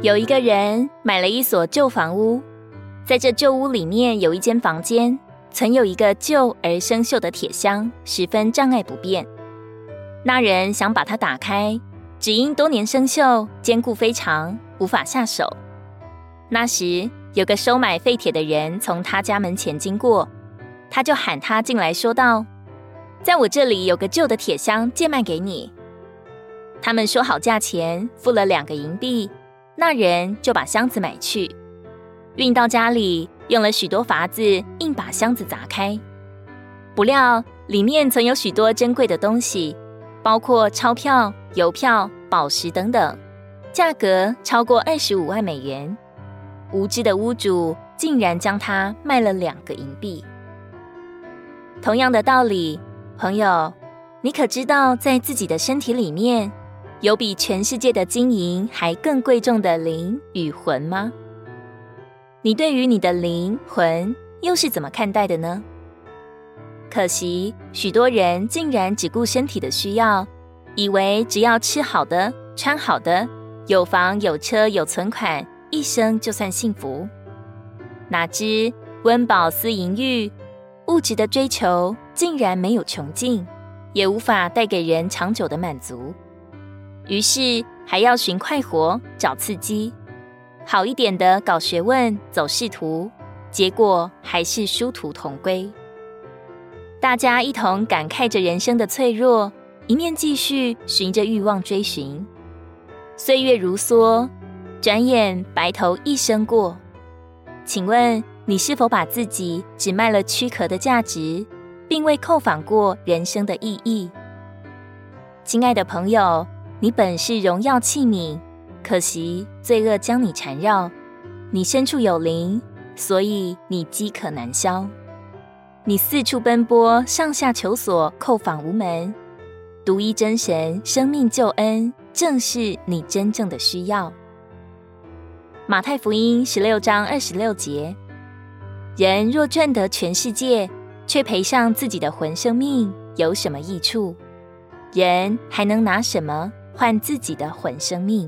有一个人买了一所旧房屋，在这旧屋里面有一间房间，存有一个旧而生锈的铁箱，十分障碍不便。那人想把它打开，只因多年生锈，坚固非常，无法下手。那时有个收买废铁的人从他家门前经过，他就喊他进来说道：在我这里有个旧的铁箱，借卖给你。他们说好价钱，付了2个银币，那人就把箱子买去，运到家里，用了许多法子，硬把箱子砸开。不料里面存有许多珍贵的东西，包括钞票、邮票、宝石等等，价格超过25万美元。无知的屋主竟然将它卖了2个银币。同样的道理，朋友，你可知道在自己的身体里面有比全世界的金银还更贵重的灵与魂吗？你对于你的灵魂又是怎么看待的呢？可惜许多人竟然只顾身体的需要，以为只要吃好的、穿好的、有房有车有存款，一生就算幸福。哪知温饱思淫欲，物质的追求竟然没有穷尽，也无法带给人长久的满足。于是还要寻快活，找刺激，好一点的搞学问，走仕途，结果还是殊途同归。大家一同感慨着人生的脆弱，一面继续循着欲望追寻。岁月如梭，转眼白头一生过。请问你是否把自己只卖了躯壳的价值，并未叩访过人生的意义？亲爱的朋友，你本是荣耀器皿，可惜罪恶将你缠绕。你深处有灵，所以你饥渴难消。你四处奔波，上下求索，叩访无门。独一真神生命救恩，正是你真正的需要。马太福音16章26节，人若赚得全世界，却赔上自己的魂生命，有什么益处？人还能拿什么换自己的魂生命？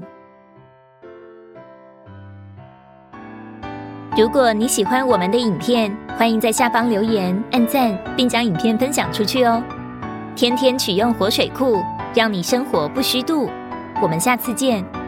如果你喜欢我们的影片，欢迎在下方留言、按赞，并将影片分享出去哦。天天取用活水库，让你生活不虚度。我们下次见。